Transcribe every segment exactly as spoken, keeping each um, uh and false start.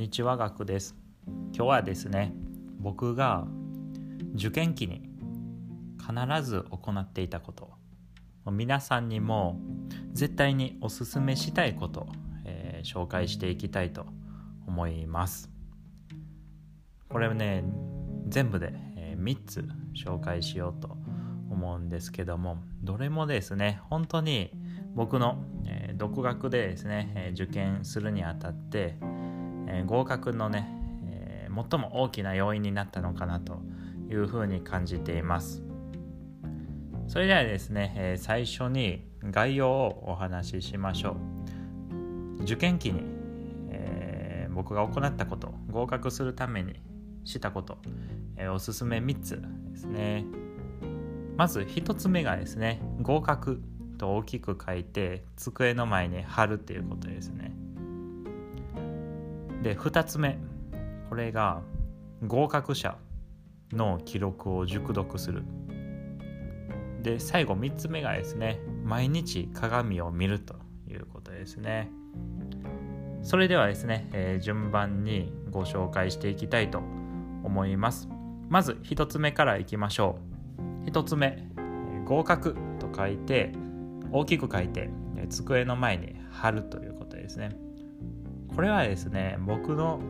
にちは、学です。今日はですね、僕が受験期に必ず行っていたこと、皆さんにも絶対におすすめしたいことを、えー、紹介していきたいと思います。これね、全部で、えー、みっつ紹介しようと思うんですけども、どれもですね、本当に僕の、えー、独学でですね、えー、受験するにあたって、えー、合格のね、えー、最も大きな要因になったのかなというふうに感じています。それではですね、えー、最初に概要をお話ししましょう。受験期に、えー、僕が行ったこと、合格するためにしたこと、えー、おすすめみっつですね。まずひとつめがですね、合格と大きく書いて机の前に貼るっていうことですね。で、ふたつめ、これが合格者の記録を熟読する。で、最後みっつめがですね、毎日鏡を見るということですね。それではですね、えー、順番にご紹介していきたいと思います。まずひとつめからいきましょう。ひとつめ、合格と書いて大きく書いて机の前に貼るということですね。これはですね、僕の、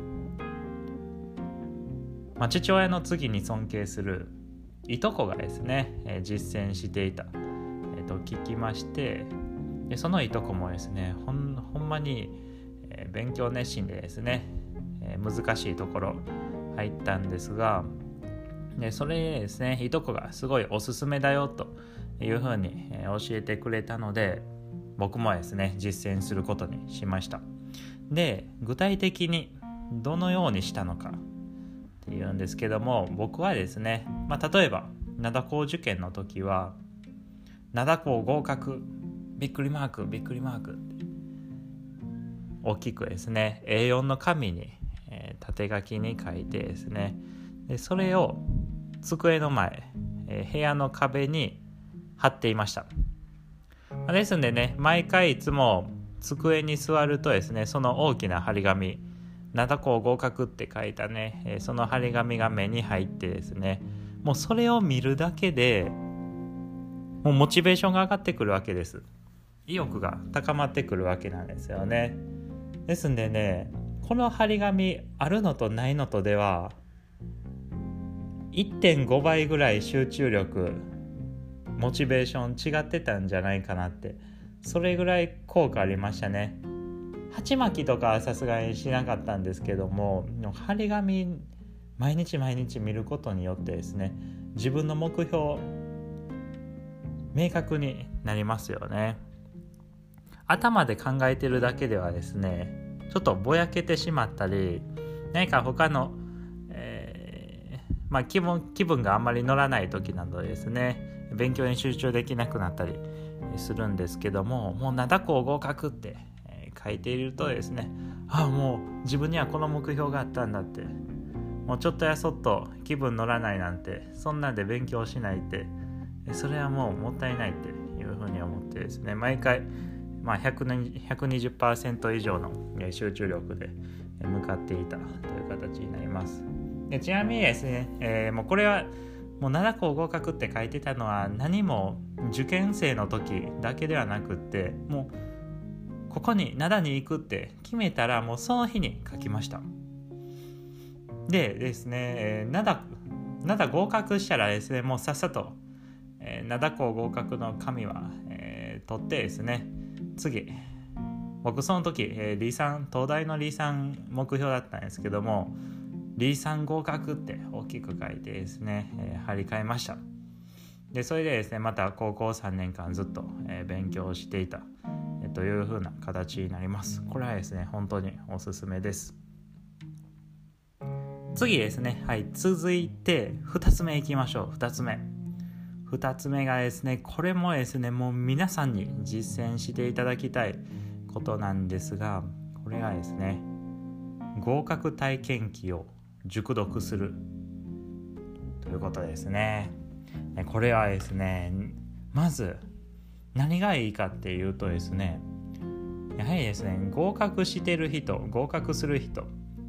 まあ、父親の次に尊敬するいとこがですね、えー、実践していた、えー、と聞きまして、でそのいとこもですね、ほん、ほんまに、えー、勉強熱心でですね、えー、難しいところ入ったんですが、でそれでですね、いとこがすごいおすすめだよというふうに、えー、教えてくれたので、僕もですね実践することにしました。で、具体的にどのようにしたのかっていうんですけども、僕はですね、まあ、例えば灘高受験の時は灘高合格びっくりマークびっくりマークって大きくですね エーよん の紙に、えー、縦書きに書いてですね、でそれを机の前、えー、部屋の壁に貼っていました。ですんでね、毎回いつも机に座るとですね、その大きな張り紙、灘高合格って書いたね、えー、その張り紙が目に入ってですね、もうそれを見るだけでもうモチベーションが上がってくるわけです。意欲が高まってくるわけなんですよね。ですんでね、この張り紙あるのとないのとでは いってんご 倍ぐらい集中力、モチベーション違ってたんじゃないかなって、それぐらい効果ありましたね。鉢巻きとかはさすがにしなかったんですけども、張り紙毎日毎日見ることによってですね、自分の目標明確になりますよね。頭で考えてるだけではですね、ちょっとぼやけてしまったり、何か他の、えーまあ、気分、気分があんまり乗らない時などですね、勉強に集中できなくなったりするんですけども、もう灘高合格って書いているとですね、ああもう自分にはこの目標があったんだって、もうちょっとやそっと気分乗らないなんて、そんなんで勉強しないって、それはもうもったいないっていうふうに思ってですね、毎回、まあ、ひゃくにじゅっパーセント以上の集中力で向かっていたという形になります。でちなみにですね、えー、もうこれはもう灘高合格って書いてたのは何も受験生の時だけではなくって、もうここに灘に行くって決めたらもうその日に書きました。でですね、灘灘合格したらですね、もうさっさと灘高合格の紙は、えー、取ってですね、次僕その時、えー、リーさん東大のリーさん目標だったんですけども、リーさん合格って大きく書いてですね、えー、貼り替えました。でそれでですね、また高校さんねんかんずっと、えー、勉強していた、えー、という風な形になります。これはですね本当におすすめです。次ですね、はい、続いてふたつめいきましょう。ふたつめふたつめがですね、これもですね、もう皆さんに実践していただきたいことなんですが、これがですね、合格体験記を熟読するということですね。これはですね、まず何がいいかっていうとですね、やはりですね、合格してる人、合格する人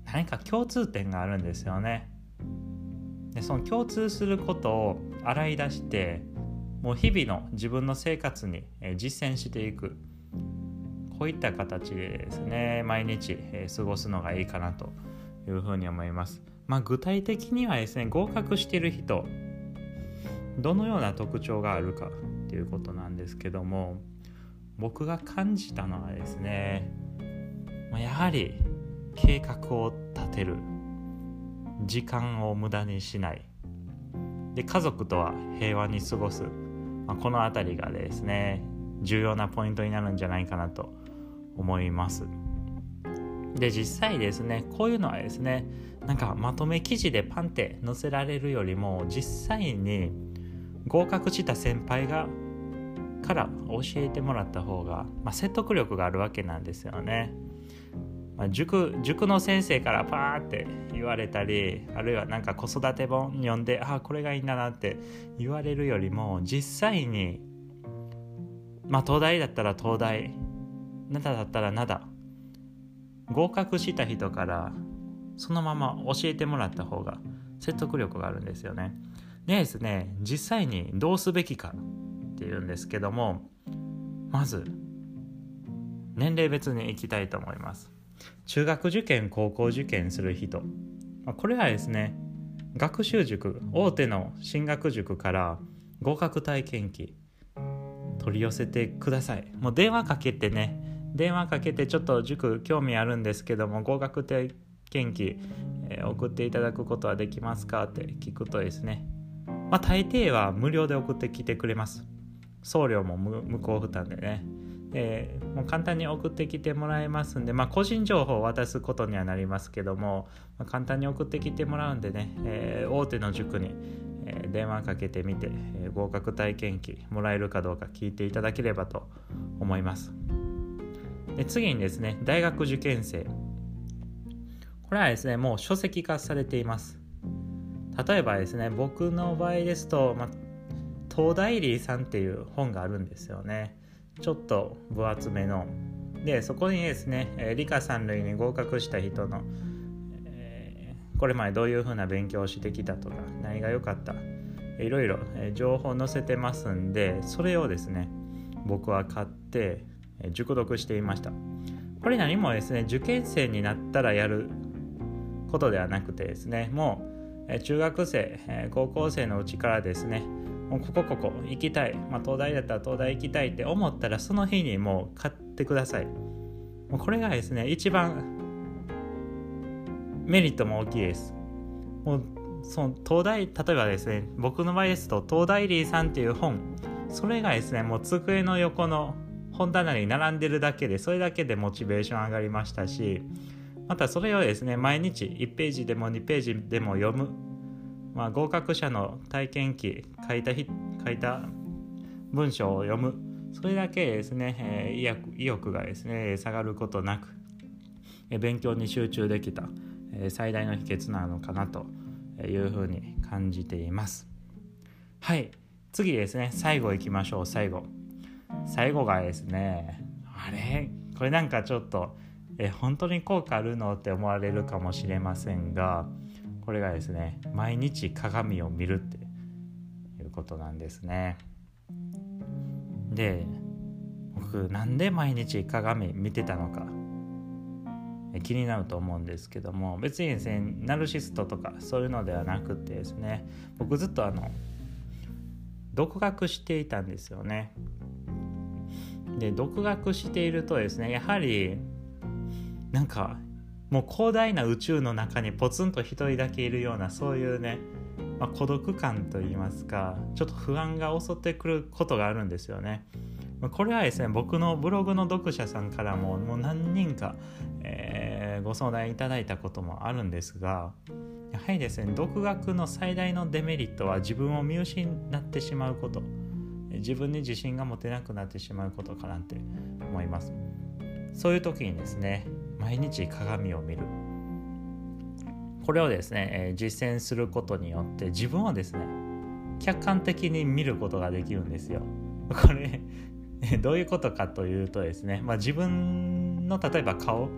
何か共通点があるんですよね。でその共通することを洗い出して、もう日々の自分の生活に実践していく、こういった形でですね、毎日過ごすのがいいかなというふうに思います。まあ、具体的にはですね、合格している人、どのような特徴があるかっていうことなんですけども、僕が感じたのはですね、やはり計画を立てる、時間を無駄にしない、で家族とは平和に過ごす、まあ、このあたりがですね重要なポイントになるんじゃないかなと思います。で実際ですね、こういうのはですね、なんかまとめ記事でパンって載せられるよりも、実際に合格した先輩がから教えてもらった方が、まあ、説得力があるわけなんですよね。まあ、塾, 塾の先生からパーって言われたり、あるいはなんか子育て本読んで、ああこれがいいんだなって言われるよりも、実際にまあ東大だったら東大、灘だったら灘、合格した人からそのまま教えてもらった方が説得力があるんですよね。でですね、実際にどうすべきかっていうんですけども、まず年齢別にいきたいと思います。中学受験、高校受験する人、これはですね、学習塾、大手の進学塾から合格体験記取り寄せてください。もう電話かけてね、電話かけてちょっと塾興味あるんですけども、合格体験記、えー、送っていただくことはできますかって聞くとですね、まあ大抵は無料で送ってきてくれます。送料も無向負担でね、えー、もう簡単に送ってきてもらえますんで、まあ、個人情報を渡すことにはなりますけども、まあ、簡単に送ってきてもらうんでね、えー、大手の塾に、えー、電話かけてみて、えー、合格体験記もらえるかどうか聞いていただければと思います。で次にですね、大学受験生、これはですねもう書籍化されています。例えばですね、僕の場合ですと、まあ、東大理さんっていう本があるんですよね。ちょっと分厚めので、そこにですね、えー、理科三類に合格した人の、えー、これまでどういうふうな勉強をしてきたとか、何が良かった、いろいろ、えー、情報載せてますんで、それをですね僕は買って、えー、熟読していました。これ何もですね、受験生になったらやることではなくてですね、もう、えー、中学生、えー、高校生のうちからですね、もうここここ行きたい、まあ、東大だったら東大行きたいって思ったら、その日にもう買ってください。もうこれがですね一番メリットも大きいです。もうその東大、例えばですね、僕の場合ですと東大理さんっていう本、それがですねもう机の横の本棚に並んでるだけで、それだけでモチベーション上がりましたし、またそれをですね毎日いちページでもにページでも読む、まあ、合格者の体験記書いた日書いた文章を読む、それだけですね、えー、意欲、意欲がですね下がることなく、えー、勉強に集中できた、えー、最大の秘訣なのかなというふうに感じています。はい、次ですね、最後いきましょう。最後最後がですね、あれこれなんかちょっと、えー、本当に効果あるのって思われるかもしれませんが、これがですね、毎日鏡を見るっていうことなんですね。で、僕なんで毎日鏡見てたのか気になると思うんですけども、別にですねナルシストとかそういうのではなくてですね、僕ずっとあの独学していたんですよね。で、独学しているとですね、やはりなんかもう広大な宇宙の中にポツンと一人だけいるような、そういうね、まあ、孤独感といいますか、ちょっと不安が襲ってくることがあるんですよね。これはですね、僕のブログの読者さんからももう何人か、えー、ご相談いただいたこともあるんですが、やはりですね、独学の最大のデメリットは自分を見失ってしまうこと、自分に自信が持てなくなってしまうことかなって思います。そういう時にですね、毎日鏡を見る、これをですね、えー、実践することによって自分をですね客観的に見ることができるんですよ。これどういうことかというとですね、まあ、自分の例えば顔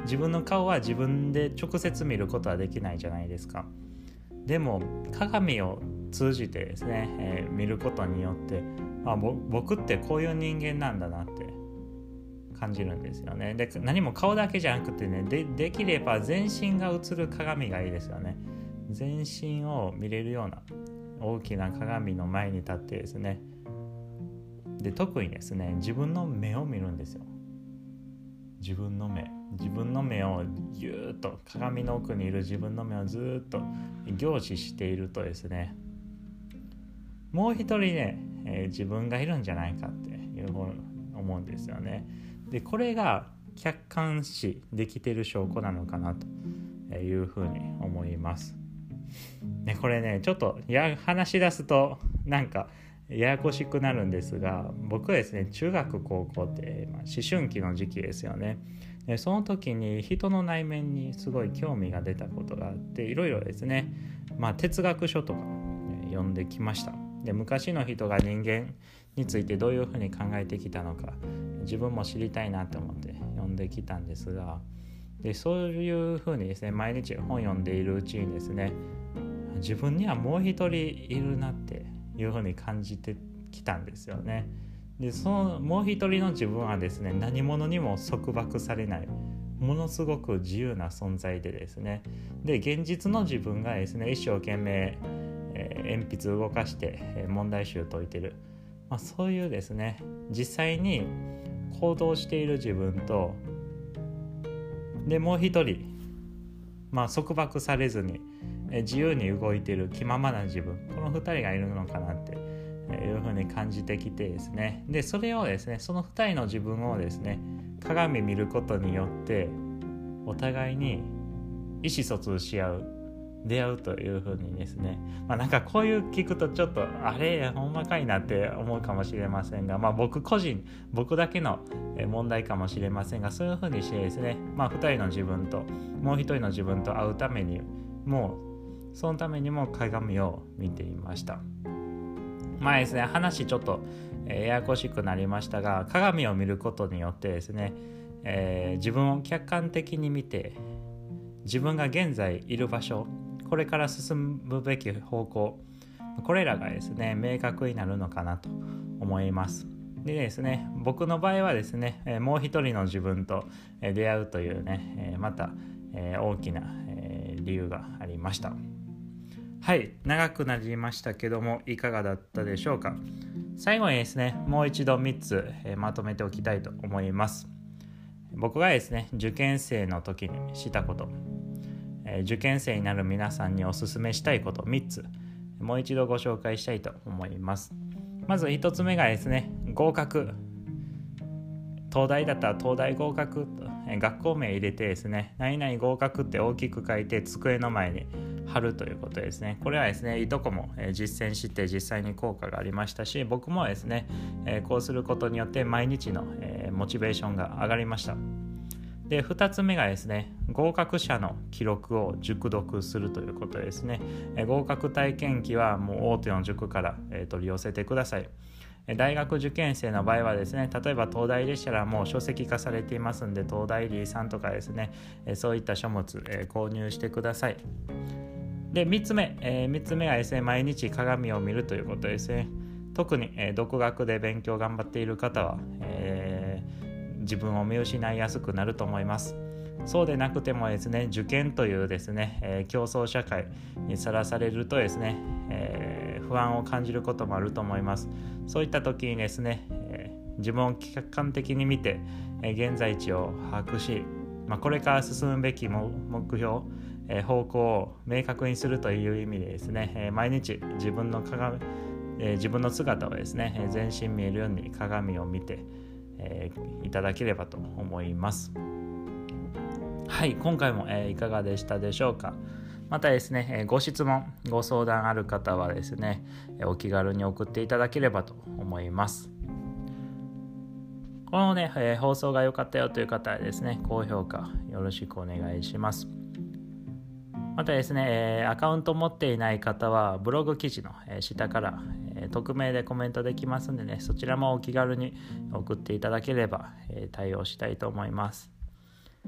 自分の顔は自分で直接見ることはできないじゃないですか。でも鏡を通じてですね、えー、見ることによってあ僕ってこういう人間なんだなって感じるんですよね。で何も顔だけじゃなくてね で, できれば全身が映る鏡がいいですよね。全身を見れるような大きな鏡の前に立ってですね、で特にですね自分の目を見るんですよ。自分の目自分の目をぎゅーっと鏡の奥にいる自分の目をずっと凝視しているとですね、もう一人ね、えー、自分がいるんじゃないかっていうふうに思うんですよね。でこれが客観視できている証拠なのかなというふうに思います。ね、これねちょっとや話し出すとなんかややこしくなるんですが、僕はですね中学高校って、まあ、思春期の時期ですよね。でその時に人の内面にすごい興味が出たことがあって、いろいろですね、まあ、哲学書とか、ね、読んできました。で昔の人が人間についてどういうふうに考えてきたのか自分も知りたいなと思って読んできたんですが、でそういうふうにですね毎日本読んでいるうちにですね、自分にはもう一人いるなっていうふうに感じてきたんですよね。でそのもう一人の自分はですね何者にも束縛されないものすごく自由な存在でですね、で現実の自分がですね一生懸命、えー、鉛筆を動かして、えー、問題集を解いてる、まあ、そういうですね実際に行動している自分と、でもう一人、まあ、束縛されずに自由に動いている気ままな自分、このふたりがいるのかなっていうふうに感じてきてですね、でそれをですねそのふたりの自分をですね鏡見ることによってお互いに意思疎通し合う、出会うというふうにですね、まあなんかこういう聞くとちょっとあれほんまかいなって思うかもしれませんが、まあ僕個人僕だけの問題かもしれませんが、そういうふうにしてですね、まあふたりの自分ともうひとりの自分と会うためにもうそのためにも鏡を見ていました。まあですね話ちょっとややこしくなりましたが、鏡を見ることによってですね、えー、自分を客観的に見て自分が現在いる場所、これから進むべき方向、これらがですね明確になるのかなと思います。でですね僕の場合はですねもう一人の自分と出会うというねまた大きな理由がありました。はい、長くなりましたけどもいかがだったでしょうか。最後にですねもう一度みっつまとめておきたいと思います。僕がですね受験生の時にしたこと、受験生になる皆さんにお勧めしたいことみっつ、もう一度ご紹介したいと思います。まずひとつめがですね合格、東大だったら東大合格と学校名入れてですね何々合格って大きく書いて机の前に貼るということですね。これはですねいとこも実践して実際に効果がありましたし、僕もですねこうすることによって毎日のモチベーションが上がりました。でふたつめがですね合格者の記録を熟読するということですね。合格体験記はもう大手の塾から取り寄せてください。大学受験生の場合はですね、例えば東大でしたらもう書籍化されていますんで、東大リーさんとかですね、そういった書物購入してください。でみっつめ、えー、みっつ目はですね毎日鏡を見るということですね。特に、えー、独学で勉強頑張っている方は、えー、自分を見失いやすくなると思います。そうでなくてもですね受験というですね、えー、競争社会にさらされるとですね、えー、不安を感じることもあると思います。そういった時にですね、えー、自分を客観的に見て、えー、現在地を把握し、まあ、これから進むべき目標、えー、方向を明確にするという意味でですね、えー、毎日自分の鏡、えー、自分の姿をですね全身見えるように鏡を見て、えー、いただければと思います。はい、今回も、えー、いかがでしたでしょうか。またですね、えー、ご質問ご相談ある方はですね、えー、お気軽に送っていただければと思います。このね、えー、放送が良かったよという方はですね高評価よろしくお願いします。またですね、えー、アカウント持っていない方はブログ記事の、えー、下から、えー、匿名でコメントできますんでね、そちらもお気軽に送っていただければ、えー、対応したいと思います。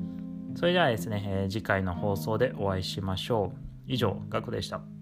それではですね、えー次回の放送でお会いしましょう。以上、ガクでした。